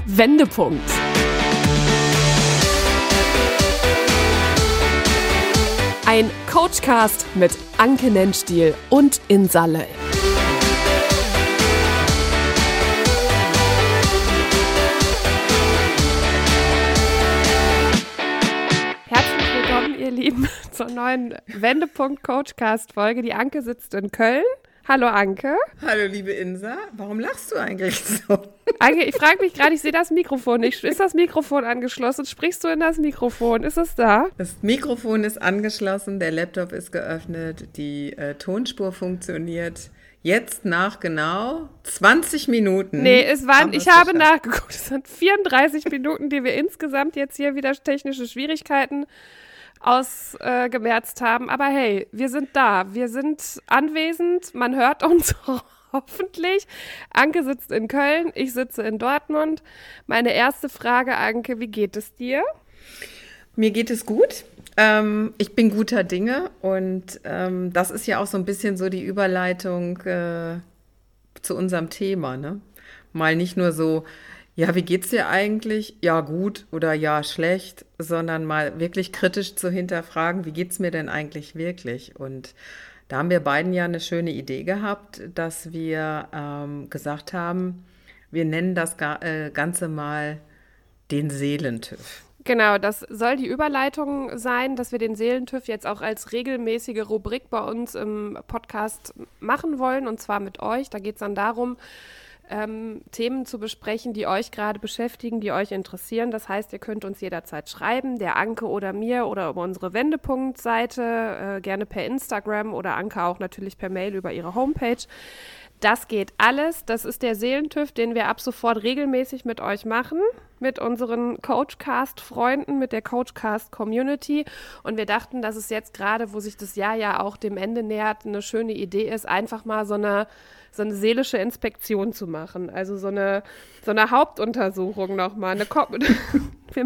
Wendepunkt. Ein Coachcast mit Anke Nennstiel und Insa Löll. Herzlich willkommen, ihr Lieben, zur neuen Wendepunkt-Coachcast-Folge. Die Anke sitzt in Köln. Hallo Anke. Hallo liebe Insa, warum lachst du eigentlich so? Anke, ich frage mich gerade, ich sehe das Mikrofon nicht. Ist das Mikrofon angeschlossen? Sprichst du in das Mikrofon? Ist es da? Das Mikrofon ist angeschlossen, der Laptop ist geöffnet, die Tonspur funktioniert. Jetzt nach genau 20 Minuten. Nee, ich habe nachgeguckt, es sind 34 Minuten, die wir insgesamt jetzt hier wieder technische Schwierigkeiten ausgemerzt haben. Aber hey, wir sind da, wir sind anwesend, man hört uns hoffentlich. Anke sitzt in Köln, ich sitze in Dortmund. Meine erste Frage, Anke, wie geht es dir? Mir geht es gut. Ich bin guter Dinge und das ist ja auch so ein bisschen so die Überleitung zu unserem Thema, ne? Mal nicht nur so, ja, wie geht's dir eigentlich? Ja, gut oder ja, schlecht, sondern mal wirklich kritisch zu hinterfragen, wie geht's mir denn eigentlich wirklich? Und da haben wir beiden ja eine schöne Idee gehabt, dass wir gesagt haben, wir nennen das Ganze mal den Seelentüff. Genau, das soll die Überleitung sein, dass wir den Seelentüff jetzt auch als regelmäßige Rubrik bei uns im Podcast machen wollen, und zwar mit euch. Da geht es dann darum, Themen zu besprechen, die euch gerade beschäftigen, die euch interessieren. Das heißt, ihr könnt uns jederzeit schreiben, der Anke oder mir oder über unsere Wendepunkt-Seite, gerne per Instagram oder Anke auch natürlich per Mail über ihre Homepage. Das geht alles. Das ist der Seelentüff, den wir ab sofort regelmäßig mit euch machen, mit unseren Coachcast-Freunden, mit der Coachcast-Community. Und wir dachten, dass es jetzt gerade, wo sich das Jahr ja auch dem Ende nähert, eine schöne Idee ist, einfach mal so eine seelische Inspektion zu machen. Also so eine Hauptuntersuchung nochmal. Wir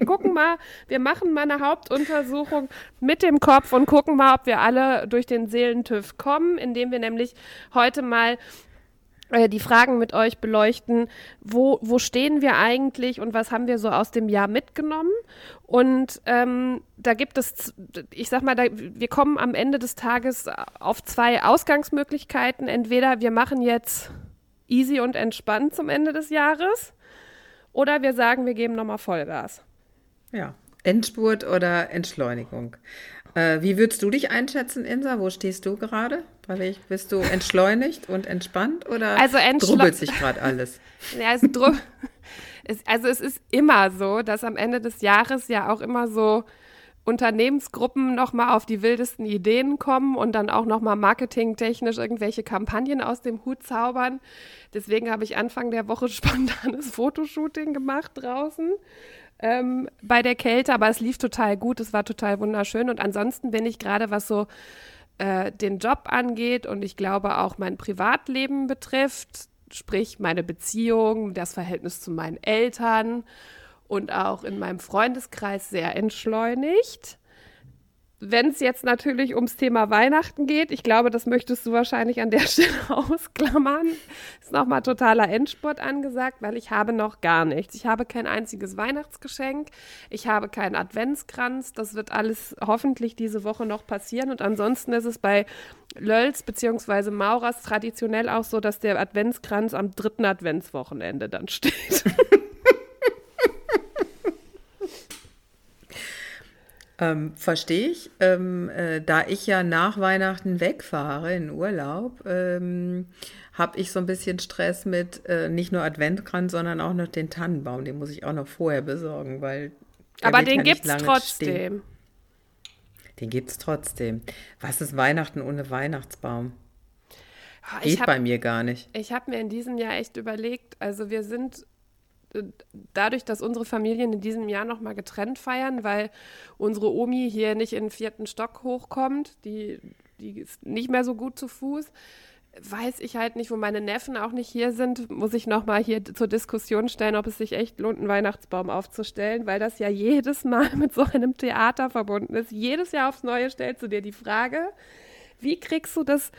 machen mal eine Hauptuntersuchung mit dem Kopf und gucken mal, ob wir alle durch den Seelentüff kommen, indem wir nämlich heute mal die Fragen mit euch beleuchten, wo stehen wir eigentlich und was haben wir so aus dem Jahr mitgenommen. Und da gibt es, ich sag mal, wir kommen am Ende des Tages auf zwei Ausgangsmöglichkeiten. Entweder wir machen jetzt easy und entspannt zum Ende des Jahres oder wir sagen, wir geben nochmal Vollgas. Ja, Endspurt oder Entschleunigung. Wie würdest du dich einschätzen, Insa? Wo stehst du gerade? Bist du entschleunigt und entspannt oder drubbelt sich gerade alles? Ja, es ist immer so, dass am Ende des Jahres ja auch immer so Unternehmensgruppen nochmal auf die wildesten Ideen kommen und dann auch nochmal marketingtechnisch irgendwelche Kampagnen aus dem Hut zaubern. Deswegen habe ich Anfang der Woche spontanes Fotoshooting gemacht draußen. Bei der Kälte, aber es lief total gut, es war total wunderschön, und ansonsten bin ich gerade, was so den Job angeht und ich glaube auch mein Privatleben betrifft, sprich meine Beziehung, das Verhältnis zu meinen Eltern und auch in meinem Freundeskreis sehr entschleunigt. Wenn es jetzt natürlich ums Thema Weihnachten geht, ich glaube, das möchtest du wahrscheinlich an der Stelle ausklammern, ist nochmal totaler Endspurt angesagt, weil ich habe noch gar nichts. Ich habe kein einziges Weihnachtsgeschenk, ich habe keinen Adventskranz, das wird alles hoffentlich diese Woche noch passieren, und ansonsten ist es bei Lölls bzw. Maurers traditionell auch so, dass der Adventskranz am 3. Adventswochenende dann steht. Verstehe ich. Da ich ja nach Weihnachten wegfahre in Urlaub, habe ich so ein bisschen Stress mit nicht nur Adventkranz, sondern auch noch den Tannenbaum. Den muss ich auch noch vorher besorgen, weil aber den gibt's trotzdem. Den gibt's trotzdem. Was ist Weihnachten ohne Weihnachtsbaum? Geht bei mir gar nicht. Ich habe mir in diesem Jahr echt überlegt, also wir sind dadurch, dass unsere Familien in diesem Jahr nochmal getrennt feiern, weil unsere Omi hier nicht in den 4. Stock hochkommt, die ist nicht mehr so gut zu Fuß, weiß ich halt nicht, wo meine Neffen auch nicht hier sind, muss ich nochmal hier zur Diskussion stellen, ob es sich echt lohnt, einen Weihnachtsbaum aufzustellen, weil das ja jedes Mal mit so einem Theater verbunden ist. Jedes Jahr aufs Neue stellst du dir die Frage, wie kriegst du das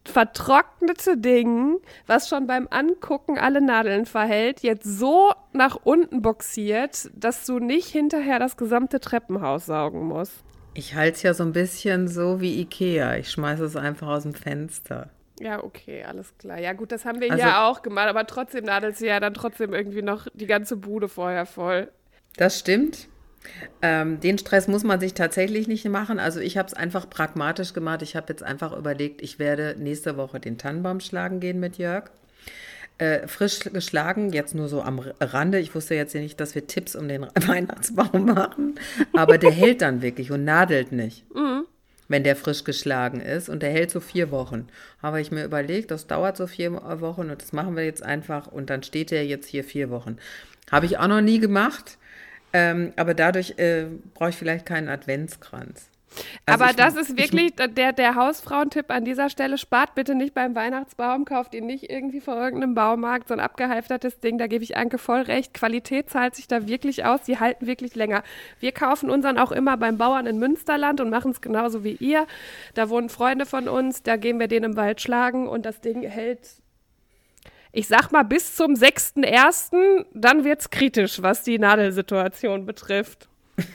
vertrocknete Ding, was schon beim Angucken alle Nadeln verhält, jetzt so nach unten boxiert, dass du nicht hinterher das gesamte Treppenhaus saugen musst. Ich halte es ja so ein bisschen so wie Ikea. Ich schmeiße es einfach aus dem Fenster. Ja, okay, alles klar. Ja gut, das haben wir Also, hier auch gemacht, aber trotzdem nadelst du ja dann trotzdem irgendwie noch die ganze Bude vorher voll. das stimmt. Den Stress muss man sich tatsächlich nicht machen. Also ich habe es einfach pragmatisch gemacht. Ich habe jetzt einfach überlegt, ich werde nächste Woche den Tannenbaum schlagen gehen mit Jörg. Frisch geschlagen, jetzt nur so am Rande. Ich wusste jetzt ja nicht, dass wir Tipps um den Weihnachtsbaum machen. Aber der hält dann wirklich und nadelt nicht, wenn der frisch geschlagen ist. Und der hält so 4 Wochen. Habe ich mir überlegt, das dauert so 4 Wochen und das machen wir jetzt einfach. Und dann steht der jetzt hier 4 Wochen. Habe ich auch noch nie gemacht. Aber dadurch brauche ich vielleicht keinen Adventskranz. Also Aber das ist wirklich der Hausfrauentipp an dieser Stelle. Spart bitte nicht beim Weihnachtsbaum, kauft ihn nicht irgendwie vor irgendeinem Baumarkt, so ein abgehalftertes Ding, da gebe ich Anke voll recht. Qualität zahlt sich da wirklich aus, die halten wirklich länger. Wir kaufen unseren auch immer beim Bauern in Münsterland und machen es genauso wie ihr. Da wohnen Freunde von uns, da gehen wir den im Wald schlagen und das Ding hält, ich sag mal, bis zum 6.1., dann wird's kritisch, was die Nadelsituation betrifft.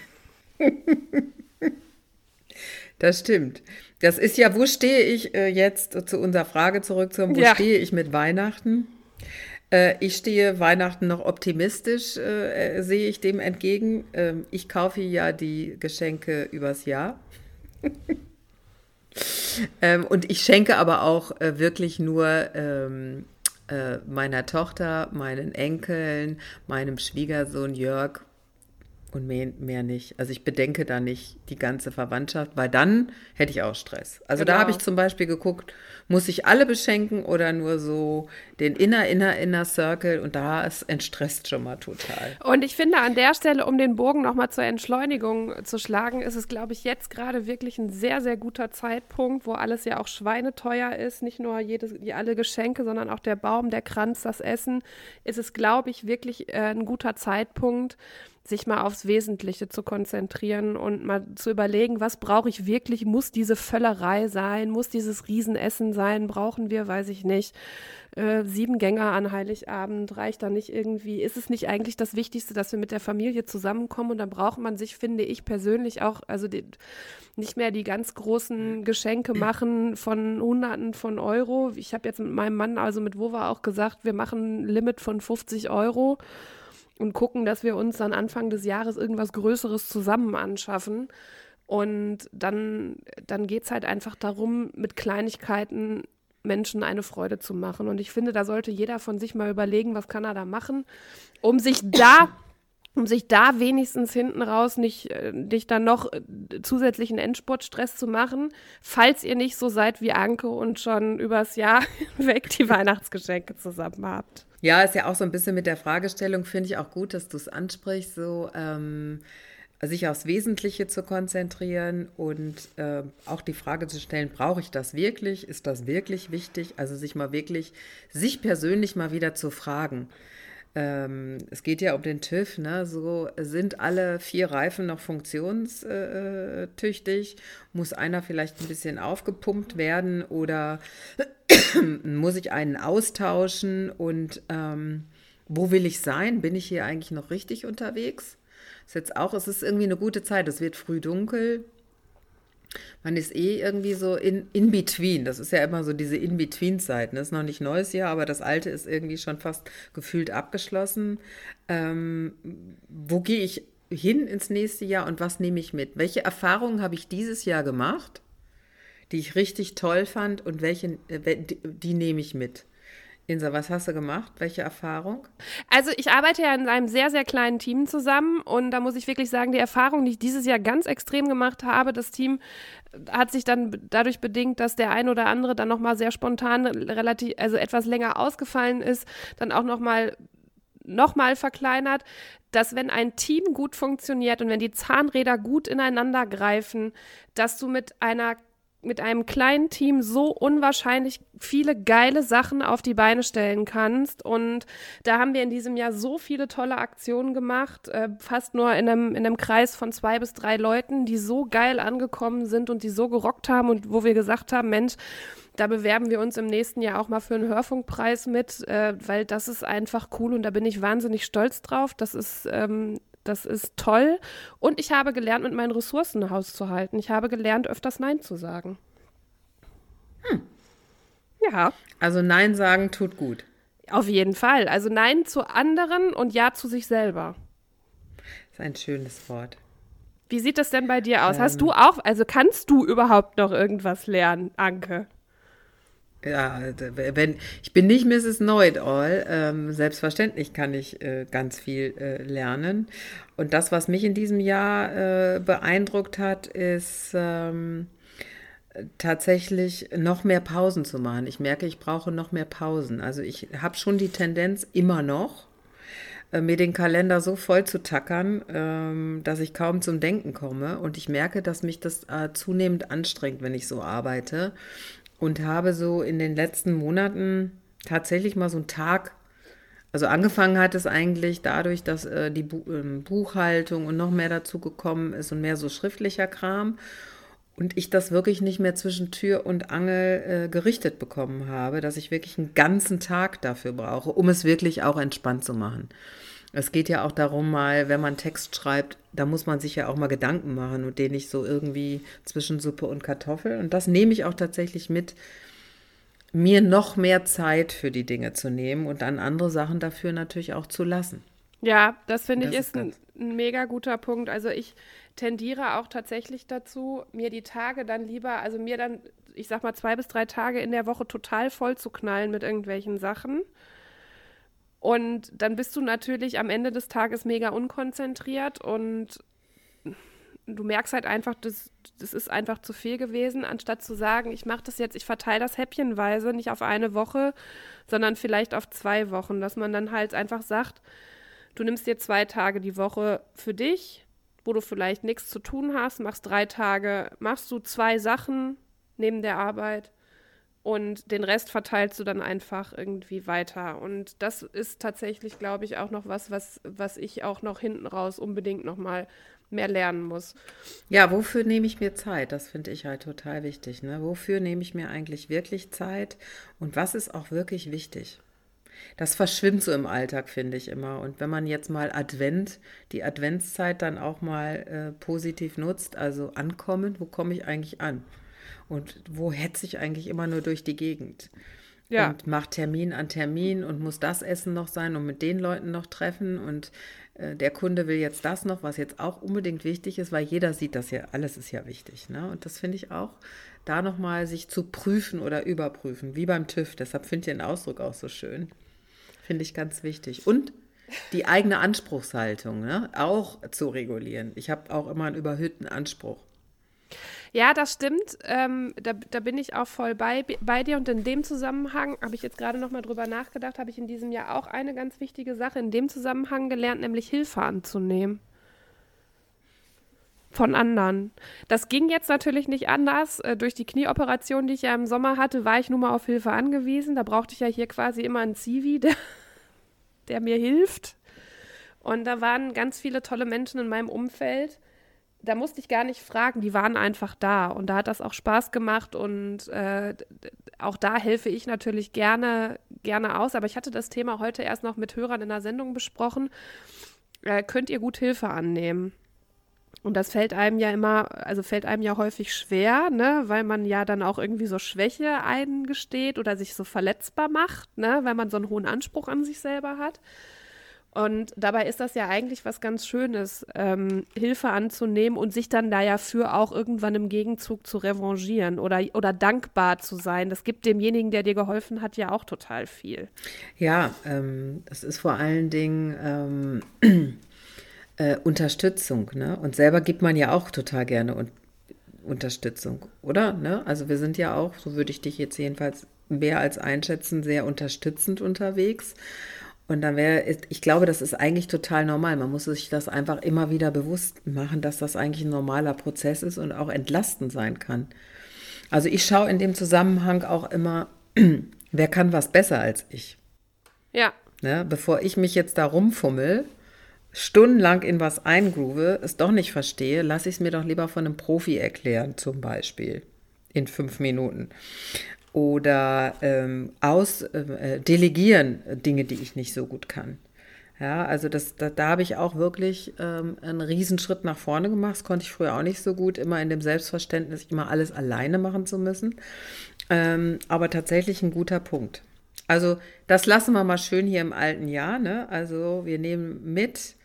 das stimmt. Das ist ja, wo stehe ich jetzt, zu unserer Frage zurückzukommen, wo Ja. stehe ich mit Weihnachten? Ich stehe Weihnachten noch optimistisch, sehe ich dem entgegen. Ich kaufe ja die Geschenke übers Jahr. Und ich schenke aber auch wirklich nur meiner Tochter, meinen Enkeln, meinem Schwiegersohn Jörg und mehr nicht. Also ich bedenke da nicht die ganze Verwandtschaft, weil dann hätte ich auch Stress. Also da Genau. habe ich zum Beispiel geguckt, muss ich alle beschenken oder nur so den Inner Circle und da entstresst schon mal total. Und ich finde an der Stelle, um den Bogen nochmal zur Entschleunigung zu schlagen, ist es, glaube ich, jetzt gerade wirklich ein sehr, sehr guter Zeitpunkt, wo alles ja auch schweineteuer ist. Nicht nur alle Geschenke, sondern auch der Baum, der Kranz, das Essen. Ist es, glaube ich, wirklich ein guter Zeitpunkt, sich mal aufs Wesentliche zu konzentrieren und mal zu überlegen, was brauche ich wirklich? Muss diese Völlerei sein? Muss dieses Riesenessen sein? Brauchen wir, weiß ich nicht, 7 Gänge an Heiligabend? Reicht da nicht irgendwie? Ist es nicht eigentlich das Wichtigste, dass wir mit der Familie zusammenkommen? Und dann braucht man sich, finde ich persönlich auch, also nicht mehr die ganz großen Geschenke machen von Hunderten von Euro. Ich habe jetzt mit meinem Mann, also mit Wova auch gesagt, wir machen ein Limit von 50 Euro. Und gucken, dass wir uns dann Anfang des Jahres irgendwas Größeres zusammen anschaffen. Und dann geht es halt einfach darum, mit Kleinigkeiten Menschen eine Freude zu machen. Und ich finde, da sollte jeder von sich mal überlegen, was kann er da machen, um sich da wenigstens hinten raus nicht dann noch zusätzlichen Endspurtstress zu machen, falls ihr nicht so seid wie Anke und schon übers Jahr hinweg die Weihnachtsgeschenke zusammen habt. Ja, ist ja auch so ein bisschen mit der Fragestellung, finde ich auch gut, dass du es ansprichst, so sich aufs Wesentliche zu konzentrieren und auch die Frage zu stellen, brauche ich das wirklich? Ist das wirklich wichtig? Also sich persönlich mal wieder zu fragen. Es geht ja um den TÜV, ne? So sind alle 4 Reifen noch funktionstüchtig? Muss einer vielleicht ein bisschen aufgepumpt werden oder muss ich einen austauschen? Und wo will ich sein? Bin ich hier eigentlich noch richtig unterwegs? Es ist irgendwie eine gute Zeit. Es wird früh dunkel. Man ist irgendwie so in between. Das ist ja immer so diese In-Between-Zeit. Das ist noch nicht neues Jahr, aber das alte ist irgendwie schon fast gefühlt abgeschlossen. Wo gehe ich hin ins nächste Jahr und was nehme ich mit? Welche Erfahrungen habe ich dieses Jahr gemacht, die ich richtig toll fand und die nehme ich mit? Insa, was hast du gemacht? Welche Erfahrung? Also ich arbeite ja in einem sehr, sehr kleinen Team zusammen und da muss ich wirklich sagen, die Erfahrung, die ich dieses Jahr ganz extrem gemacht habe, das Team hat sich dann dadurch bedingt, dass der ein oder andere dann nochmal sehr spontan also etwas länger ausgefallen ist, dann auch nochmal verkleinert, dass wenn ein Team gut funktioniert und wenn die Zahnräder gut ineinander greifen, dass du mit einem kleinen Team so unwahrscheinlich viele geile Sachen auf die Beine stellen kannst. Und da haben wir in diesem Jahr so viele tolle Aktionen gemacht, fast nur in einem Kreis von 2 bis 3 Leuten, die so geil angekommen sind und die so gerockt haben und wo wir gesagt haben, Mensch, Da bewerben wir uns im nächsten Jahr auch mal für einen Hörfunkpreis mit, weil das ist einfach cool und da bin ich wahnsinnig stolz drauf. Das ist toll. Und ich habe gelernt, mit meinen Ressourcen hauszuhalten. Ich habe gelernt, öfters Nein zu sagen. Ja, Also Nein sagen tut gut. auf jeden Fall. Also Nein zu anderen und Ja zu sich selber. Ist ein schönes Wort. Wie sieht das denn bei dir aus? Hast du Ähm, auch, also kannst du überhaupt noch irgendwas lernen, Anke? ja, ich bin nicht Mrs. Know-it-all. Selbstverständlich kann ich ganz viel lernen. Und das, was mich in diesem Jahr beeindruckt hat, ist tatsächlich noch mehr Pausen zu machen. Ich merke, ich brauche noch mehr Pausen. Also ich habe schon die Tendenz immer noch, mir den Kalender so voll zu tackern, dass ich kaum zum Denken komme. Und ich merke, dass mich das zunehmend anstrengt, wenn ich so arbeite. Und habe so in den letzten Monaten tatsächlich mal so einen Tag, also angefangen hat es eigentlich dadurch, dass die Buchhaltung und noch mehr dazu gekommen ist und mehr so schriftlicher Kram. Und ich das wirklich nicht mehr zwischen Tür und Angel gerichtet bekommen habe, dass ich wirklich einen ganzen Tag dafür brauche, um es wirklich auch entspannt zu machen. Es geht ja auch darum, mal, wenn man Text schreibt, da muss man sich ja auch mal Gedanken machen und den nicht so irgendwie zwischen Suppe und Kartoffel. Und das nehme ich auch tatsächlich mit, mir noch mehr Zeit für die Dinge zu nehmen und dann andere Sachen dafür natürlich auch zu lassen. Ja, das finde ich Das ist ist ganz. ein mega guter Punkt. Also ich tendiere auch tatsächlich dazu, mir die Tage dann lieber, also mir dann, ich sag mal, 2 bis 3 Tage in der Woche total voll zu knallen mit irgendwelchen Sachen. Und dann bist du natürlich am Ende des Tages mega unkonzentriert und du merkst halt einfach, das ist einfach zu viel gewesen, anstatt zu sagen, ich mache das jetzt, ich verteile das häppchenweise, nicht auf eine Woche, sondern vielleicht auf 2 Wochen, dass man dann halt einfach sagt, du nimmst dir 2 Tage die Woche für dich, wo du vielleicht nichts zu tun hast, machst 3 Tage, machst du 2 Sachen neben der Arbeit und den Rest verteilst du dann einfach irgendwie weiter. Und das ist tatsächlich, glaube ich, auch noch was ich auch noch hinten raus unbedingt noch mal mehr lernen muss. Ja, wofür nehme ich mir Zeit? Das finde ich halt total wichtig, ne? Wofür nehme ich mir eigentlich wirklich Zeit und was ist auch wirklich wichtig? Das verschwimmt so im Alltag, finde ich immer. Und wenn man jetzt mal die Adventszeit dann auch mal positiv nutzt, also ankommen, wo komme ich eigentlich an? Und wo hetze ich eigentlich immer nur durch die Gegend? Ja, Und macht Termin an Termin und muss das Essen noch sein und mit den Leuten noch treffen und der Kunde will jetzt das noch, was jetzt auch unbedingt wichtig ist, weil jeder sieht das ja, alles ist ja wichtig, ne? Und das finde ich auch, da nochmal sich zu prüfen oder überprüfen, wie beim TÜV. Deshalb finde ich den Ausdruck auch so schön. Finde ich ganz wichtig. Und die eigene Anspruchshaltung, ne, auch zu regulieren. Ich habe auch immer einen überhöhten Anspruch. ja, das stimmt. Da bin ich auch voll bei dir. Und in dem Zusammenhang habe ich jetzt gerade noch mal drüber nachgedacht, habe ich in diesem Jahr auch eine ganz wichtige Sache in dem Zusammenhang gelernt, nämlich Hilfe anzunehmen von anderen. Das ging jetzt natürlich nicht anders. Durch die Knieoperation, die ich ja im Sommer hatte, war ich nun mal auf Hilfe angewiesen. Da brauchte ich ja hier quasi immer einen Zivi, der mir hilft. Und da waren ganz viele tolle Menschen in meinem Umfeld. Da musste ich gar nicht fragen, die waren einfach da. Und da hat das auch Spaß gemacht und auch da helfe ich natürlich gerne aus. Aber ich hatte das Thema heute erst noch mit Hörern in der Sendung besprochen. Könnt ihr gut Hilfe annehmen? Und das fällt einem ja immer, also fällt einem ja häufig schwer, ne, weil man ja dann auch irgendwie so Schwäche eingesteht oder sich so verletzbar macht, ne, weil man so einen hohen Anspruch an sich selber hat. Und dabei ist das ja eigentlich was ganz Schönes, Hilfe anzunehmen und sich dann da ja für auch irgendwann im Gegenzug zu revanchieren oder dankbar zu sein. Das gibt demjenigen, der dir geholfen hat, ja auch total viel. Ja, das ist vor allen Dingen Unterstützung, ne? Und selber gibt man ja auch total gerne Unterstützung, oder? Ne? Also wir sind ja auch, so würde ich dich jetzt jedenfalls mehr als einschätzen, sehr unterstützend unterwegs. Und dann ich glaube, das ist eigentlich total normal. Man muss sich das einfach immer wieder bewusst machen, dass das eigentlich ein normaler Prozess ist und auch entlastend sein kann. Also ich schaue in dem Zusammenhang auch immer, wer kann was besser als ich? Ja, Ne? Bevor ich mich jetzt da rumfummel, stundenlang in was eingroove, es doch nicht verstehe, lasse ich es mir doch lieber von einem Profi erklären, zum Beispiel in 5 Minuten. oder delegieren Dinge, die ich nicht so gut kann. Ja, also da habe ich auch wirklich einen Riesenschritt nach vorne gemacht. Das konnte ich früher auch nicht so gut, immer in dem Selbstverständnis, immer alles alleine machen zu müssen. Aber tatsächlich ein guter Punkt. Also das lassen wir mal schön hier im alten Jahr, ne? Also wir nehmen mit,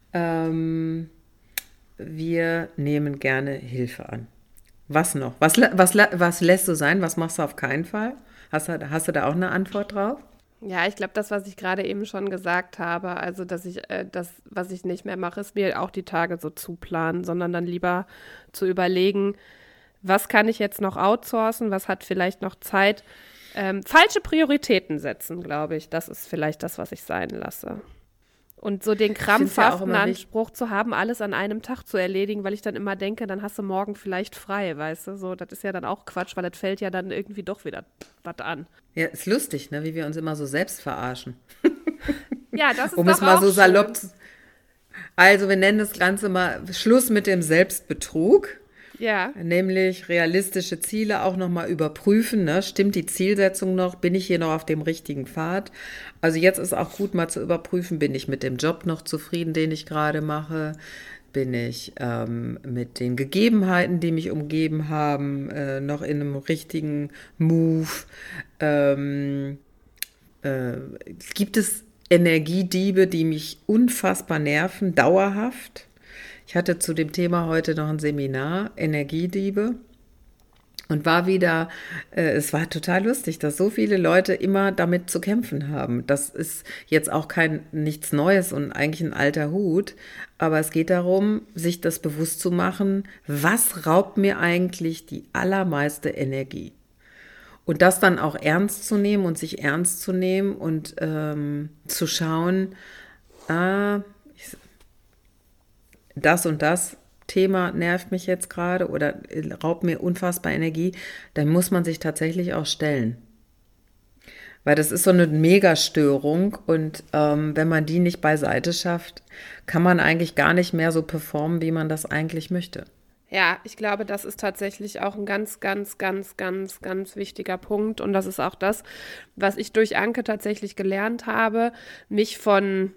wir nehmen gerne Hilfe an. Was noch? Was lässt du sein? Was machst du auf keinen Fall? Hast du da auch eine Antwort drauf? Ja, ich glaube, das, was ich gerade eben schon gesagt habe, also dass ich das, was ich nicht mehr mache, ist mir auch die Tage so zuplanen, sondern dann lieber zu überlegen, was kann ich jetzt noch outsourcen, was hat vielleicht noch Zeit. Falsche Prioritäten setzen, glaube ich, das ist vielleicht das, was ich sein lasse. Und so den Ich finde es ja auch krampfhaften immer wichtig. Anspruch zu haben, alles an einem Tag zu erledigen, weil ich dann immer denke, dann hast du morgen vielleicht frei, weißt du? So, das ist ja dann auch Quatsch, weil das fällt ja dann irgendwie doch wieder was an. Ja, ist lustig, ne? Wie wir uns immer so selbst verarschen. Ja, das ist Um es doch mal auch so schön. salopp zu. Also, wir nennen das Ganze mal Schluss mit dem Selbstbetrug. Ja. Nämlich realistische Ziele auch nochmal überprüfen. Ne? Stimmt die Zielsetzung noch? Bin ich hier noch auf dem richtigen Pfad? Also jetzt ist auch gut mal zu überprüfen, bin ich mit dem Job noch zufrieden, den ich gerade mache? Bin ich mit den Gegebenheiten, die mich umgeben haben, noch in einem richtigen Move? Ähm, Gibt es Energiediebe, die mich unfassbar nerven, dauerhaft? Ich hatte zu dem Thema heute noch ein Seminar, Energiediebe, und war wieder, es war total lustig, dass so viele Leute immer damit zu kämpfen haben. Das ist jetzt auch nichts Neues und eigentlich ein alter Hut, aber es geht darum, sich das bewusst zu machen, was raubt mir eigentlich die allermeiste Energie? Und das dann auch ernst zu nehmen und sich ernst zu nehmen und zu schauen, ah, das und das Thema nervt mich jetzt gerade oder raubt mir unfassbar Energie, dann muss man sich tatsächlich auch stellen. Weil das ist so eine Megastörung und wenn man die nicht beiseite schafft, kann man eigentlich gar nicht mehr so performen, wie man das eigentlich möchte. Ja, ich glaube, das ist tatsächlich auch ein ganz, ganz, ganz, ganz, ganz wichtiger Punkt. Und das ist auch das, was ich durch Anke tatsächlich gelernt habe, mich von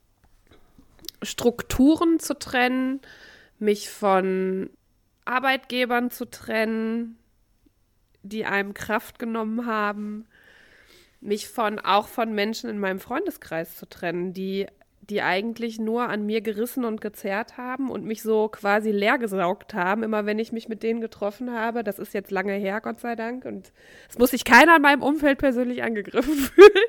Strukturen zu trennen, mich von Arbeitgebern zu trennen, die einem Kraft genommen haben, mich auch von Menschen in meinem Freundeskreis zu trennen, die eigentlich nur an mir gerissen und gezerrt haben und mich so quasi leer gesaugt haben, immer wenn ich mich mit denen getroffen habe. Das ist jetzt lange her, Gott sei Dank. Und es muss sich keiner in meinem Umfeld persönlich angegriffen fühlen.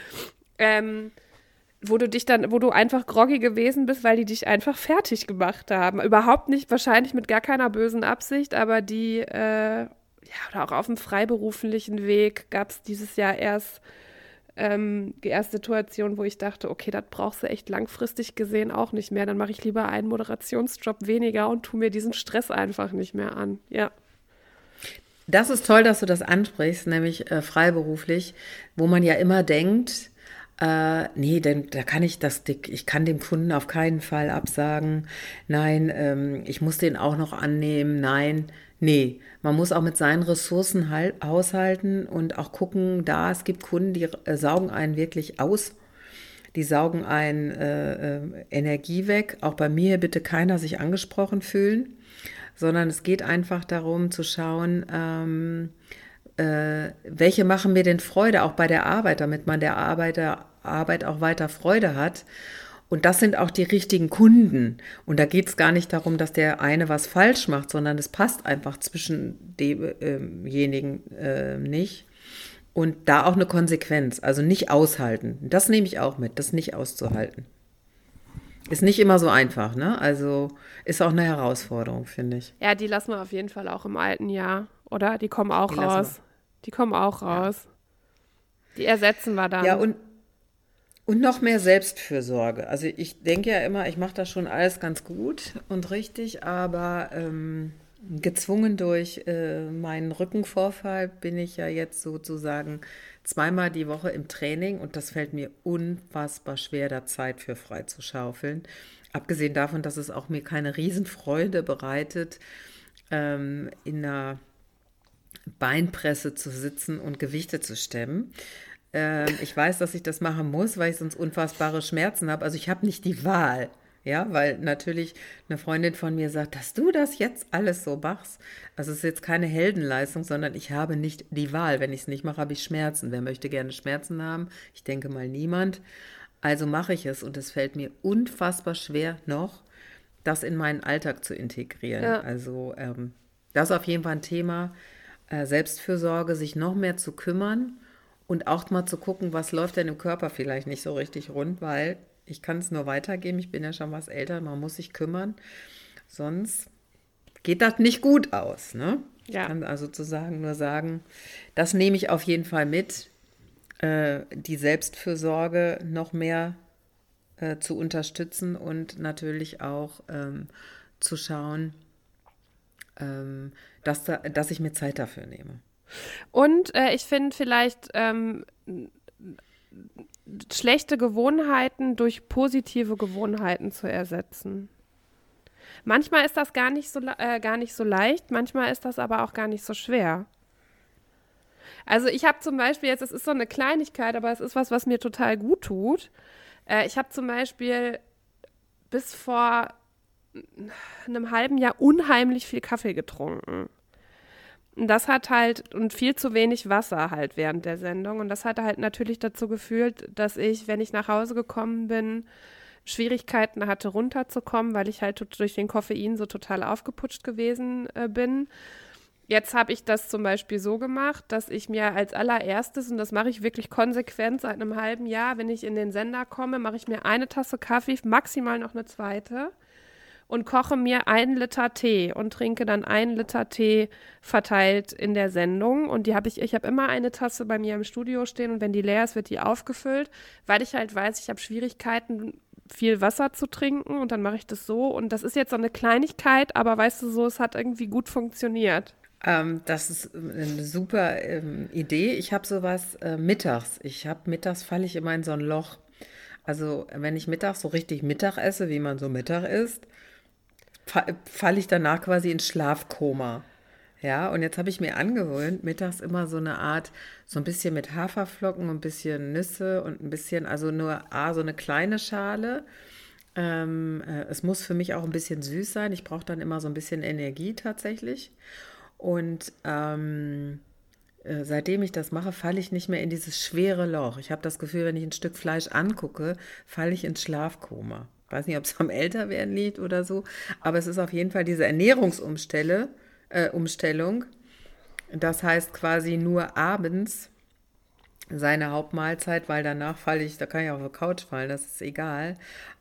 Wo du einfach groggy gewesen bist, weil die dich einfach fertig gemacht haben. Überhaupt nicht, wahrscheinlich mit gar keiner bösen Absicht, aber oder auch auf dem freiberuflichen Weg gab es dieses Jahr die erste Situation, wo ich dachte, okay, das brauchst du echt langfristig gesehen auch nicht mehr. Dann mache ich lieber einen Moderationsjob weniger und tu mir diesen Stress einfach nicht mehr an. Ja. Das ist toll, dass du das ansprichst, nämlich freiberuflich, wo man ja immer denkt, nee, denn ich kann dem Kunden auf keinen Fall absagen. Nein, ich muss den auch noch annehmen. Nein, nee, man muss auch mit seinen Ressourcen haushalten und auch gucken, es gibt Kunden, die saugen einen wirklich aus. Die saugen einen Energie weg. Auch bei mir bitte keiner sich angesprochen fühlen, sondern es geht einfach darum zu schauen, welche machen mir denn Freude, auch bei der Arbeit, damit man der Arbeit auch weiter Freude hat. Und das sind auch die richtigen Kunden. Und da geht es gar nicht darum, dass der eine was falsch macht, sondern es passt einfach zwischen demjenigen nicht. Und da auch eine Konsequenz, also nicht aushalten. Das nehme ich auch mit, das nicht auszuhalten. Ist nicht immer so einfach, ne? Also ist auch eine Herausforderung, finde ich. Ja, die lassen wir auf jeden Fall auch im alten Jahr, oder? Die kommen Die auch lassen wir. raus. Die kommen auch Ja. raus. Die ersetzen wir Ja, dann. und noch mehr Selbstfürsorge. Also ich denke ja immer, ich mache das schon alles ganz gut und richtig, aber gezwungen durch meinen Rückenvorfall bin ich ja jetzt sozusagen zweimal die Woche im Training und das fällt mir unfassbar schwer, da Zeit für frei zu schaufeln. Abgesehen davon, dass es auch mir keine Riesenfreude bereitet, in einer Beinpresse zu sitzen und Gewichte zu stemmen. Ich weiß, dass ich das machen muss, weil ich sonst unfassbare Schmerzen habe. Also ich habe nicht die Wahl, ja, weil natürlich eine Freundin von mir sagt, dass du das jetzt alles so machst. Also es ist jetzt keine Heldenleistung, sondern ich habe nicht die Wahl. Wenn ich es nicht mache, habe ich Schmerzen. Wer möchte gerne Schmerzen haben? Ich denke mal niemand. Also mache ich es und es fällt mir unfassbar schwer noch, das in meinen Alltag zu integrieren. Ja. Also das ist auf jeden Fall ein Thema, Selbstfürsorge, sich noch mehr zu kümmern und auch mal zu gucken, was läuft denn im Körper vielleicht nicht so richtig rund, weil ich kann es nur weitergeben, ich bin ja schon was älter, man muss sich kümmern, sonst geht das nicht gut aus. Ne? Ich Ja. kann also sozusagen nur sagen, das nehme ich auf jeden Fall mit, die Selbstfürsorge noch mehr zu unterstützen und natürlich auch zu schauen, dass ich mir Zeit dafür nehme. Und ich finde vielleicht schlechte Gewohnheiten durch positive Gewohnheiten zu ersetzen. Manchmal ist das gar nicht so leicht, manchmal ist das aber auch gar nicht so schwer. Also ich habe zum Beispiel jetzt, es ist so eine Kleinigkeit, aber es ist was, was mir total gut tut. Ich habe zum Beispiel bis vor einem halben Jahr unheimlich viel Kaffee getrunken. Und das hat halt, und viel zu wenig Wasser halt während der Sendung. Und das hat halt natürlich dazu geführt, dass ich, wenn ich nach Hause gekommen bin, Schwierigkeiten hatte, runterzukommen, weil ich halt durch den Koffein so total aufgeputscht gewesen bin. Jetzt habe ich das zum Beispiel so gemacht, dass ich mir als allererstes, und das mache ich wirklich konsequent seit einem halben Jahr, wenn ich in den Sender komme, mache ich mir eine Tasse Kaffee, maximal noch eine zweite und koche mir 1 Liter Tee und trinke dann 1 Liter Tee verteilt in der Sendung. Und ich habe immer eine Tasse bei mir im Studio stehen und wenn die leer ist, wird die aufgefüllt, weil ich halt weiß, ich habe Schwierigkeiten, viel Wasser zu trinken und dann mache ich das so. Und das ist jetzt so eine Kleinigkeit, aber weißt du so, es hat irgendwie gut funktioniert. Das ist eine super Idee. Ich habe sowas mittags. Mittags falle ich immer in so ein Loch. Also wenn ich mittags so richtig Mittag esse, wie man so Mittag isst, falle ich danach quasi in Schlafkoma. Ja, und jetzt habe ich mir angewöhnt, mittags immer so eine Art, so ein bisschen mit Haferflocken, ein bisschen Nüsse und ein bisschen, also nur so eine kleine Schale. Es muss für mich auch ein bisschen süß sein. Ich brauche dann immer so ein bisschen Energie tatsächlich. Und seitdem ich das mache, falle ich nicht mehr in dieses schwere Loch. Ich habe das Gefühl, wenn ich ein Stück Fleisch angucke, falle ich ins Schlafkoma. Ich weiß nicht, ob es am Älterwerden liegt oder so, aber es ist auf jeden Fall diese Umstellung. Das heißt quasi nur abends seine Hauptmahlzeit, weil danach da kann ich auf die Couch fallen, das ist egal.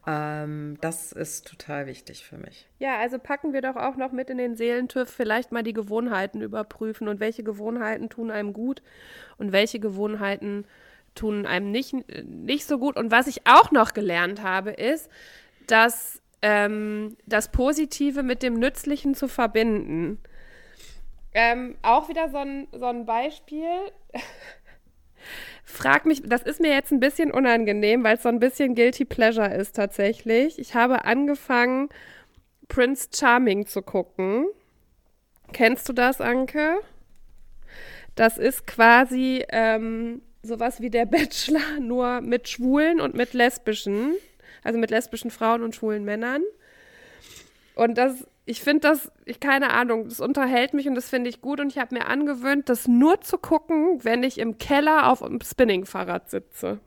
Das ist total wichtig für mich. Ja, also packen wir doch auch noch mit in den Seelentüff, vielleicht mal die Gewohnheiten überprüfen und welche Gewohnheiten tun einem gut und welche Gewohnheiten tun einem nicht so gut. Und was ich auch noch gelernt habe, ist, dass das Positive mit dem Nützlichen zu verbinden. Auch wieder so ein Beispiel. Frag mich, das ist mir jetzt ein bisschen unangenehm, weil es so ein bisschen Guilty Pleasure ist tatsächlich. Ich habe angefangen, Prince Charming zu gucken. Kennst du das, Anke? Das ist quasi sowas wie der Bachelor, nur mit Schwulen und mit Lesbischen. Also mit lesbischen Frauen und schwulen Männern. Und keine Ahnung, das unterhält mich und das finde ich gut. Und ich habe mir angewöhnt, das nur zu gucken, wenn ich im Keller auf einem Spinning-Fahrrad sitze.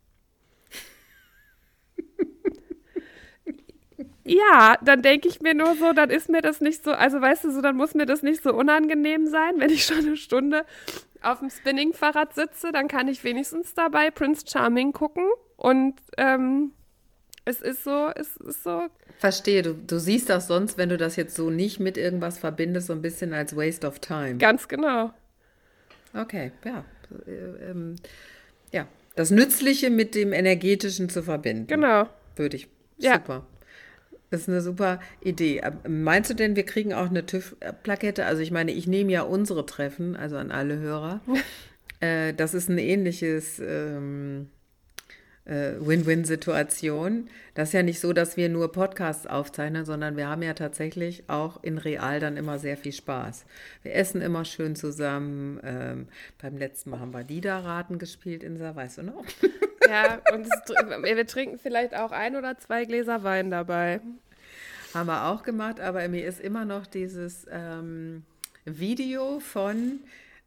Ja, dann denke ich mir nur so, dann ist mir das nicht so, also weißt du so, dann muss mir das nicht so unangenehm sein, wenn ich schon eine Stunde auf dem Spinning-Fahrrad sitze, dann kann ich wenigstens dabei Prince Charming gucken und es ist so. Verstehe, du siehst das sonst, wenn du das jetzt so nicht mit irgendwas verbindest, so ein bisschen als Waste of Time. Ganz genau. Okay, ja. Ja, das Nützliche mit dem Energetischen zu verbinden. Genau. Würde ich. Ja. Super. Das ist eine super Idee. Meinst du denn, wir kriegen auch eine TÜV-Plakette? Also ich meine, ich nehme ja unsere Treffen, also an alle Hörer. Das ist ein ähnliches Win-Win-Situation. Das ist ja nicht so, dass wir nur Podcasts aufzeichnen, sondern wir haben ja tatsächlich auch in real dann immer sehr viel Spaß. Wir essen immer schön zusammen. Beim letzten Mal haben wir Liederraten gespielt, Insa, weißt du noch? Ja, und wir trinken vielleicht auch 1 oder 2 Gläser Wein dabei. Haben wir auch gemacht, aber mir ist immer noch dieses Video von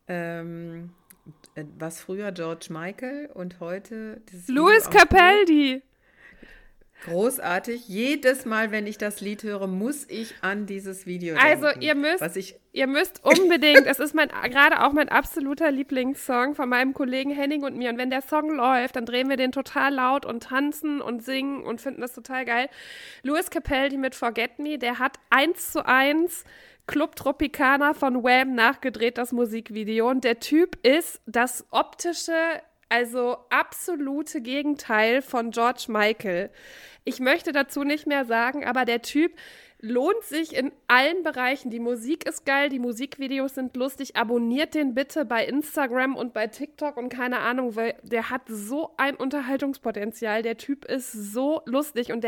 was früher George Michael und heute dieses Louis Video Capaldi. Großartig. Jedes Mal, wenn ich das Lied höre, muss ich an dieses Video denken. Also ihr müsst unbedingt, es ist gerade auch mein absoluter Lieblingssong von meinem Kollegen Henning und mir. Und wenn der Song läuft, dann drehen wir den total laut und tanzen und singen und finden das total geil. Louis Capaldi mit Forget Me, der hat 1:1 Club Tropicana von Wham nachgedreht, das Musikvideo. Und der Typ ist das optische, also absolute Gegenteil von George Michael. Ich möchte dazu nicht mehr sagen, aber der Typ lohnt sich in allen Bereichen. Die Musik ist geil, die Musikvideos sind lustig. Abonniert den bitte bei Instagram und bei TikTok und keine Ahnung, weil der hat so ein Unterhaltungspotenzial. Der Typ ist so lustig und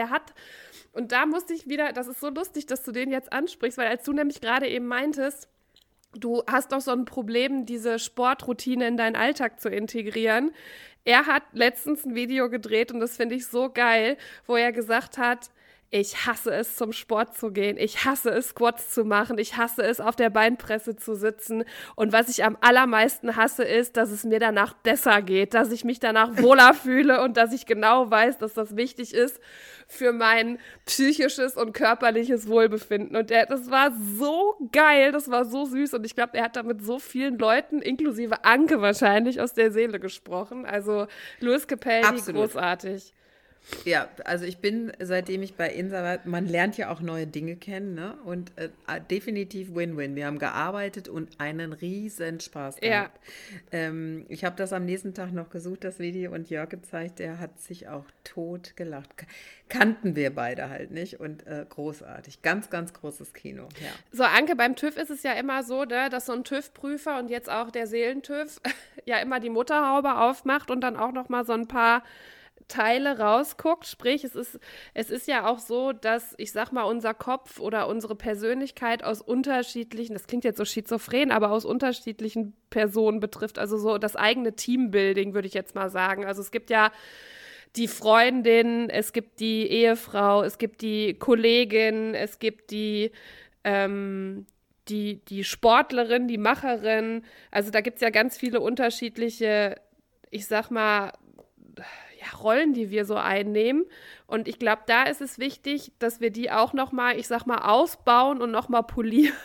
und da musste ich wieder, das ist so lustig, dass du den jetzt ansprichst, weil als du nämlich gerade eben meintest, du hast doch so ein Problem, diese Sportroutine in deinen Alltag zu integrieren. Er hat letztens ein Video gedreht und das finde ich so geil, wo er gesagt hat, ich hasse es, zum Sport zu gehen. Ich hasse es, Squats zu machen. Ich hasse es, auf der Beinpresse zu sitzen. Und was ich am allermeisten hasse, ist, dass es mir danach besser geht, dass ich mich danach wohler fühle und dass ich genau weiß, dass das wichtig ist für mein psychisches und körperliches Wohlbefinden. Und das war so geil, das war so süß. Und ich glaube, er hat da mit so vielen Leuten, inklusive Anke wahrscheinlich, aus der Seele gesprochen. Also Louis Capaldi, Absolut. Großartig. Ja, also ich bin, seitdem ich bei Insa war, man lernt ja auch neue Dinge kennen, ne? Und definitiv Win-Win. Wir haben gearbeitet und einen riesen Spaß gehabt. Ja. Ich habe das am nächsten Tag noch gesucht, das Video, und Jörg gezeigt, der hat sich auch tot gelacht. Kannten wir beide halt nicht und großartig. Ganz, ganz großes Kino, ja. So, Anke, beim TÜV ist es ja immer so, ne, dass so ein TÜV-Prüfer und jetzt auch der Seelentüv ja immer die Motorhaube aufmacht und dann auch noch mal so ein paar Teile rausguckt, sprich, es ist ja auch so, dass, ich sag mal, unser Kopf oder unsere Persönlichkeit aus unterschiedlichen, das klingt jetzt so schizophren, aber aus unterschiedlichen Personen betrifft, also so das eigene Teambuilding, würde ich jetzt mal sagen. Also es gibt ja die Freundin, es gibt die Ehefrau, es gibt die Kollegin, es gibt die Sportlerin, die Macherin, also da gibt es ja ganz viele unterschiedliche, ich sag mal, Rollen, die wir so einnehmen. Und ich glaube, da ist es wichtig, dass wir die auch nochmal, ich sag mal, ausbauen und nochmal polieren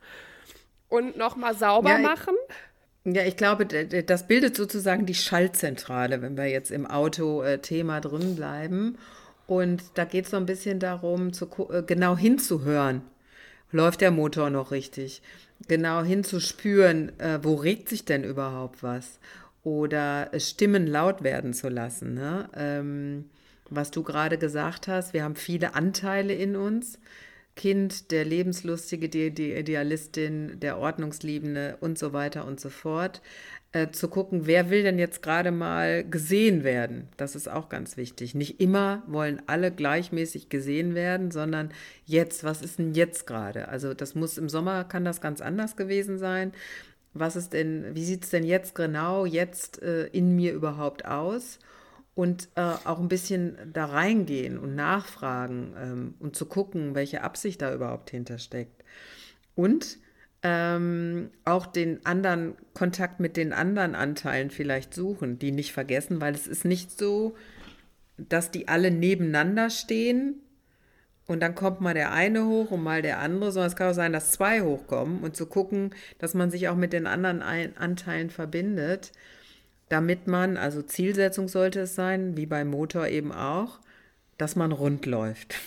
und nochmal sauber machen. Ja, ich glaube, das bildet sozusagen die Schaltzentrale, wenn wir jetzt im Auto-Thema drin bleiben. Und da geht es so ein bisschen darum, genau hinzuhören. Läuft der Motor noch richtig? Genau hinzuspüren, wo regt sich denn überhaupt was? Oder Stimmen laut werden zu lassen. Ne? Was du gerade gesagt hast, wir haben viele Anteile in uns. Kind, der Lebenslustige, die Idealistin, der Ordnungsliebende und so weiter und so fort. Zu gucken, wer will denn jetzt gerade mal gesehen werden? Das ist auch ganz wichtig. Nicht immer wollen alle gleichmäßig gesehen werden, sondern jetzt, was ist denn jetzt gerade? Also das muss im Sommer, kann das ganz anders gewesen sein. Wie sieht es denn jetzt genau in mir überhaupt aus? Und auch ein bisschen da reingehen und nachfragen und zu gucken, welche Absicht da überhaupt hintersteckt. Und auch den anderen Kontakt mit den anderen Anteilen vielleicht suchen, die nicht vergessen, weil es ist nicht so, dass die alle nebeneinander stehen. Und dann kommt mal der eine hoch und mal der andere, sondern es kann auch sein, dass 2 hochkommen und zu gucken, dass man sich auch mit den anderen Anteilen verbindet, damit man, also Zielsetzung sollte es sein, wie beim Motor eben auch, dass man rund läuft.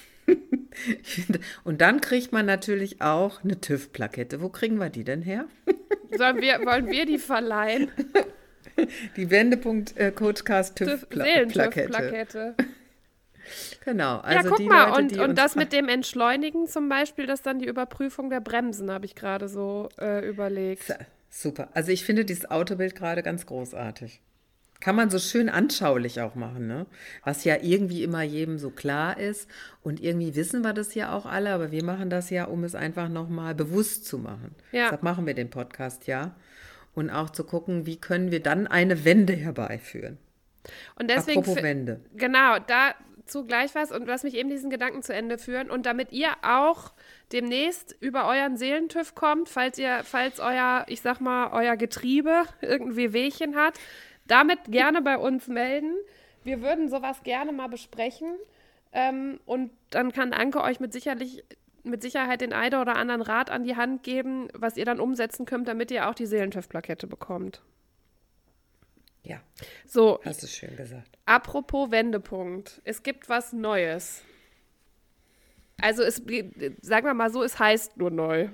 Und dann kriegt man natürlich auch eine TÜV-Plakette. Wo kriegen wir die denn her? Wollen wir die verleihen? Die Wendepunkt Coachcast TÜV-Plakette. Genau, also ja, guck die mal, Leute, und das mit dem Entschleunigen zum Beispiel, das ist dann die Überprüfung der Bremsen, habe ich gerade so überlegt. Super, also ich finde dieses Autobild gerade ganz großartig. Kann man so schön anschaulich auch machen, ne? Was ja irgendwie immer jedem so klar ist. Und irgendwie wissen wir das ja auch alle, aber wir machen das ja, um es einfach nochmal bewusst zu machen. Ja, Deshalb machen wir den Podcast ja. Und auch zu gucken, wie können wir dann eine Wende herbeiführen. und deswegen, Apropos Wende. genau, dazu gleich was und lass mich eben diesen Gedanken zu Ende führen. Und damit ihr auch demnächst über euren Seelentüff kommt, falls euer, ich sag mal, euer Getriebe irgendwie Wehchen hat, damit gerne bei uns melden. Wir würden sowas gerne mal besprechen. Und dann kann Anke euch mit Sicherheit den einen oder anderen Rat an die Hand geben, was ihr dann umsetzen könnt, damit ihr auch die Seelentüff-Plakette bekommt. Ja, So, hast du schön gesagt. apropos Wendepunkt. Es gibt was Neues. Also sagen wir mal so, es heißt nur neu.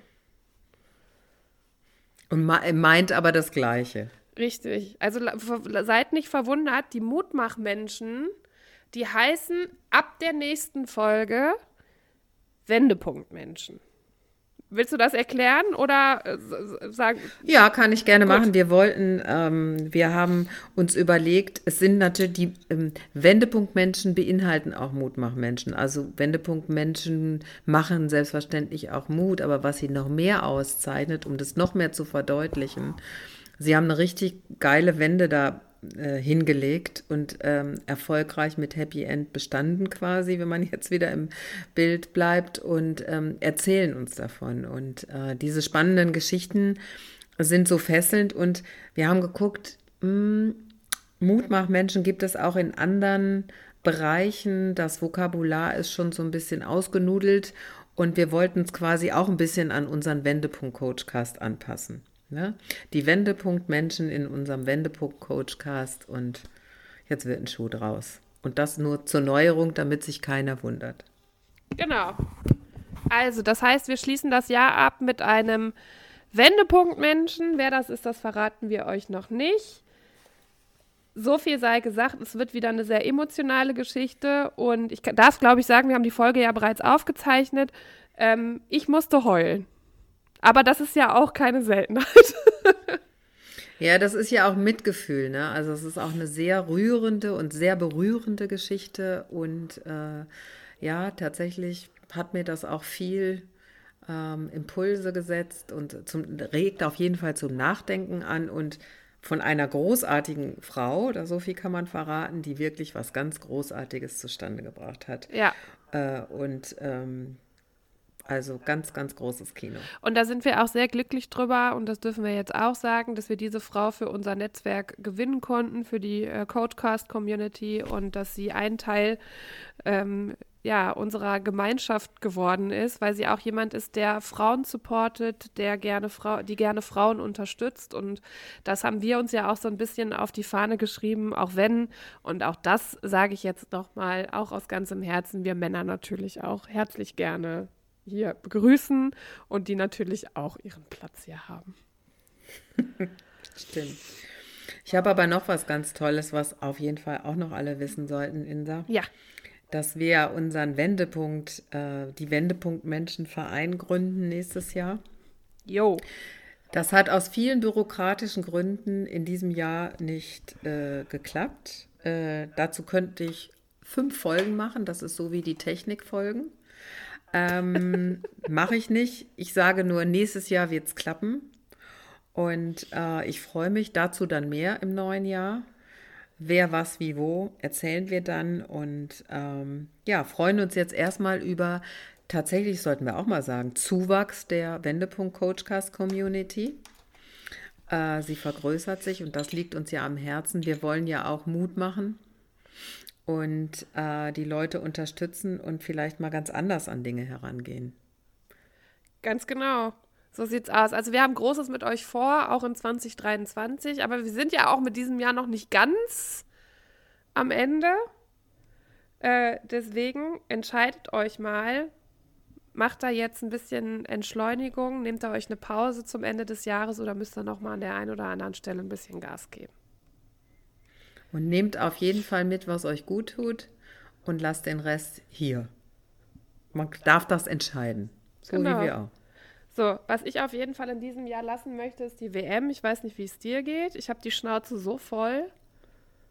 Und meint aber das Gleiche. Richtig. Also seid nicht verwundert, die Mutmachmenschen, die heißen ab der nächsten Folge Wendepunktmenschen. Willst du das erklären oder sagen? Ja, kann ich gerne Gut. machen. Wir haben uns überlegt, es sind natürlich die Wendepunktmenschen beinhalten auch Mutmachmenschen. Also Wendepunktmenschen machen selbstverständlich auch Mut, aber was sie noch mehr auszeichnet, um das noch mehr zu verdeutlichen, sie haben eine richtig geile Wende da hingelegt und erfolgreich mit Happy End bestanden quasi, wenn man jetzt wieder im Bild bleibt und erzählen uns davon. Und diese spannenden Geschichten sind so fesselnd und wir haben geguckt, Mutmachmenschen gibt es auch in anderen Bereichen. Das Vokabular ist schon so ein bisschen ausgenudelt und wir wollten es quasi auch ein bisschen an unseren Wendepunkt-Coachcast anpassen. Ne? Die Wendepunkt-Menschen in unserem Wendepunkt-Coachcast und jetzt wird ein Schuh draus. Und das nur zur Neuerung, damit sich keiner wundert. Genau. Also, das heißt, wir schließen das Jahr ab mit einem Wendepunktmenschen. Wer das ist, das verraten wir euch noch nicht. So viel sei gesagt, es wird wieder eine sehr emotionale Geschichte und ich darf, glaube ich, sagen, wir haben die Folge ja bereits aufgezeichnet. Ich musste heulen. Aber das ist ja auch keine Seltenheit. Ja, das ist ja auch Mitgefühl, ne? Also es ist auch eine sehr rührende und sehr berührende Geschichte und ja, tatsächlich hat mir das auch viel Impulse gesetzt und regt auf jeden Fall zum Nachdenken an und von einer großartigen Frau, oder so viel kann man verraten, die wirklich was ganz Großartiges zustande gebracht hat. Ja. Also ganz, ganz großes Kino. Und da sind wir auch sehr glücklich drüber und das dürfen wir jetzt auch sagen, dass wir diese Frau für unser Netzwerk gewinnen konnten, für die Codecast-Community und dass sie ein Teil unserer Gemeinschaft geworden ist, weil sie auch jemand ist, der Frauen supportet, die gerne Frauen unterstützt und das haben wir uns ja auch so ein bisschen auf die Fahne geschrieben, auch wenn, und auch das sage ich jetzt nochmal, auch aus ganzem Herzen, wir Männer natürlich auch herzlich gerne hier begrüßen und die natürlich auch ihren Platz hier haben. Stimmt. Ich habe aber noch was ganz Tolles, was auf jeden Fall auch noch alle wissen sollten, Insa. Ja. Dass wir unseren Wendepunkt, die Wendepunkt-Menschenverein gründen nächstes Jahr. Jo. Das hat aus vielen bürokratischen Gründen in diesem Jahr nicht geklappt. Dazu könnte ich 5 Folgen machen, das ist so wie die Technikfolgen. Mache ich nicht. Ich sage nur, nächstes Jahr wird es klappen. Und ich freue mich dazu dann mehr im neuen Jahr. Wer, was, wie, wo, erzählen wir dann. Und freuen uns jetzt erstmal über, tatsächlich sollten wir auch mal sagen, Zuwachs der Wendepunkt Coachcast Community. Sie vergrößert sich und das liegt uns ja am Herzen. Wir wollen ja auch Mut machen. Und die Leute unterstützen und vielleicht mal ganz anders an Dinge herangehen. Ganz genau. So sieht's aus. Also wir haben Großes mit euch vor, auch in 2023, aber wir sind ja auch mit diesem Jahr noch nicht ganz am Ende. Deswegen entscheidet euch mal, macht da jetzt ein bisschen Entschleunigung, nehmt da euch eine Pause zum Ende des Jahres oder müsst ihr nochmal an der einen oder anderen Stelle ein bisschen Gas geben. Und nehmt auf jeden Fall mit, was euch gut tut und lasst den Rest hier. Man darf das entscheiden, so Genau. wie wir auch. So, was ich auf jeden Fall in diesem Jahr lassen möchte, ist die WM. Ich weiß nicht, wie es dir geht. Ich habe die Schnauze so voll.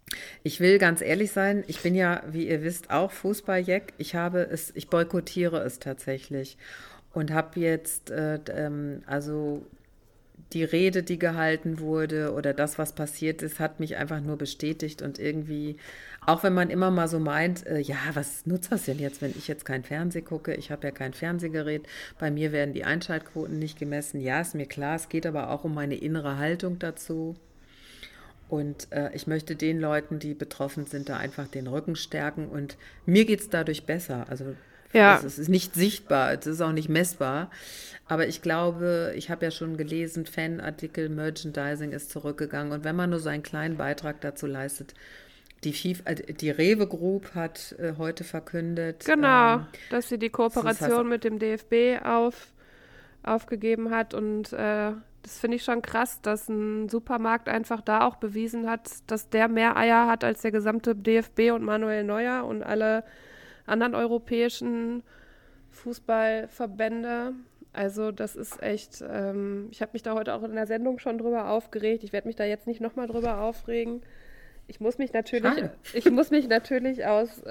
Ich will ganz ehrlich sein, ich bin ja, wie ihr wisst, auch Fußballjack. Ich boykottiere es tatsächlich und habe jetzt, also die Rede, die gehalten wurde oder das, was passiert ist, hat mich einfach nur bestätigt und irgendwie, auch wenn man immer mal so meint, ja, was nutzt das denn jetzt, wenn ich jetzt kein Fernsehen gucke? Ich habe ja kein Fernsehgerät, bei mir werden die Einschaltquoten nicht gemessen. Ja, ist mir klar, es geht aber auch um meine innere Haltung dazu. Und ich möchte den Leuten, die betroffen sind, da einfach den Rücken stärken. Und mir geht es dadurch besser. Also Ja, es ist nicht sichtbar, es ist auch nicht messbar. Aber ich glaube, ich habe ja schon gelesen, Fanartikel, Merchandising ist zurückgegangen. Und wenn man nur so einen kleinen Beitrag dazu leistet, die Rewe Group hat heute verkündet, genau, dass sie die das heißt, Kooperation mit dem DFB aufgegeben hat und das finde ich schon krass, dass ein Supermarkt einfach da auch bewiesen hat, dass der mehr Eier hat als der gesamte DFB und Manuel Neuer und alle anderen europäischen Fußballverbände. Also das ist echt, ich habe mich da heute auch in der Sendung schon drüber aufgeregt. Ich werde mich da jetzt nicht nochmal drüber aufregen. schade. Ich muss mich natürlich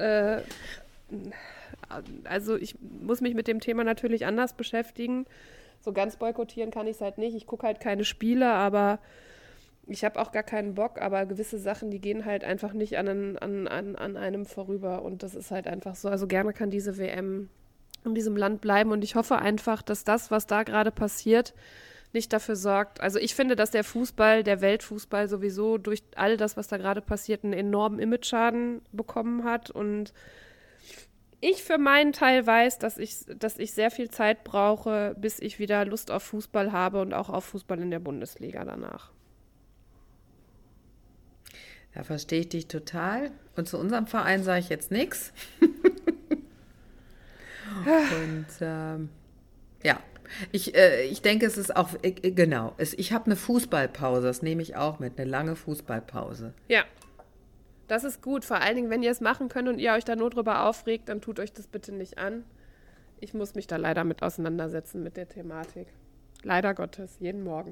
also ich muss mich mit dem Thema natürlich anders beschäftigen. So ganz boykottieren kann ich es halt nicht. Ich gucke halt keine Spiele, aber ich habe auch gar keinen Bock. Aber gewisse Sachen, die gehen halt einfach nicht an einem vorüber. Und das ist halt einfach so. Also gerne kann diese WM in diesem Land bleiben. Und ich hoffe einfach, dass das, was da gerade passiert, nicht dafür sorgt. Also ich finde, dass der Fußball, der Weltfußball sowieso durch all das, was da gerade passiert, einen enormen Imageschaden bekommen hat. Und ich für meinen Teil weiß, dass ich sehr viel Zeit brauche, bis ich wieder Lust auf Fußball habe und auch auf Fußball in der Bundesliga danach. Da verstehe ich dich total. Und zu unserem Verein sage ich jetzt nichts. Und ja, ich denke, es ist auch, genau, ich habe eine Fußballpause, das nehme ich auch mit, eine lange Fußballpause. Ja, das ist gut. Vor allen Dingen, wenn ihr es machen könnt und ihr euch da nur drüber aufregt, dann tut euch das bitte nicht an. Ich muss mich da leider mit auseinandersetzen mit der Thematik. Leider Gottes, jeden Morgen.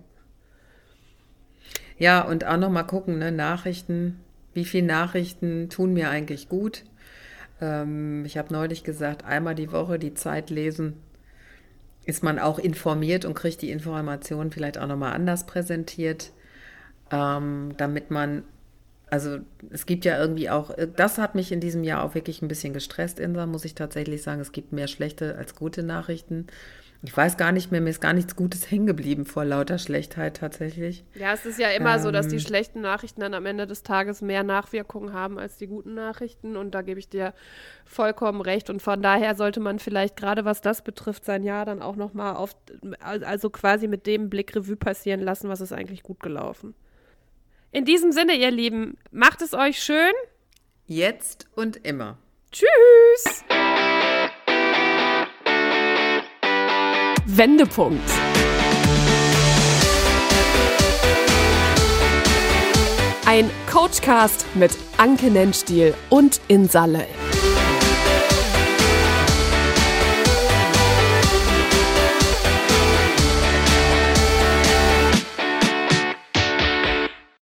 Ja, und auch noch mal gucken, ne, Nachrichten, wie viele Nachrichten tun mir eigentlich gut? Ich habe neulich gesagt, einmal die Woche die Zeit lesen, ist man auch informiert und kriegt die Informationen vielleicht auch noch mal anders präsentiert, damit man, also es gibt ja irgendwie auch, das hat mich in diesem Jahr auch wirklich ein bisschen gestresst, Insa, muss ich tatsächlich sagen. Es gibt mehr schlechte als gute Nachrichten. Ich weiß gar nicht mehr, mir ist gar nichts Gutes hängen geblieben vor lauter Schlechtheit tatsächlich. Ja, es ist ja immer so, dass die schlechten Nachrichten dann am Ende des Tages mehr Nachwirkungen haben als die guten Nachrichten. Und da gebe ich dir vollkommen recht. Und von daher sollte man vielleicht gerade, was das betrifft, sein Jahr dann auch nochmal also quasi mit dem Blick Revue passieren lassen, was ist eigentlich gut gelaufen. In diesem Sinne, ihr Lieben, macht es euch schön. Jetzt und immer. Tschüss! Wendepunkt. Ein Coachcast mit Anke Nennstiel und Insa Löll.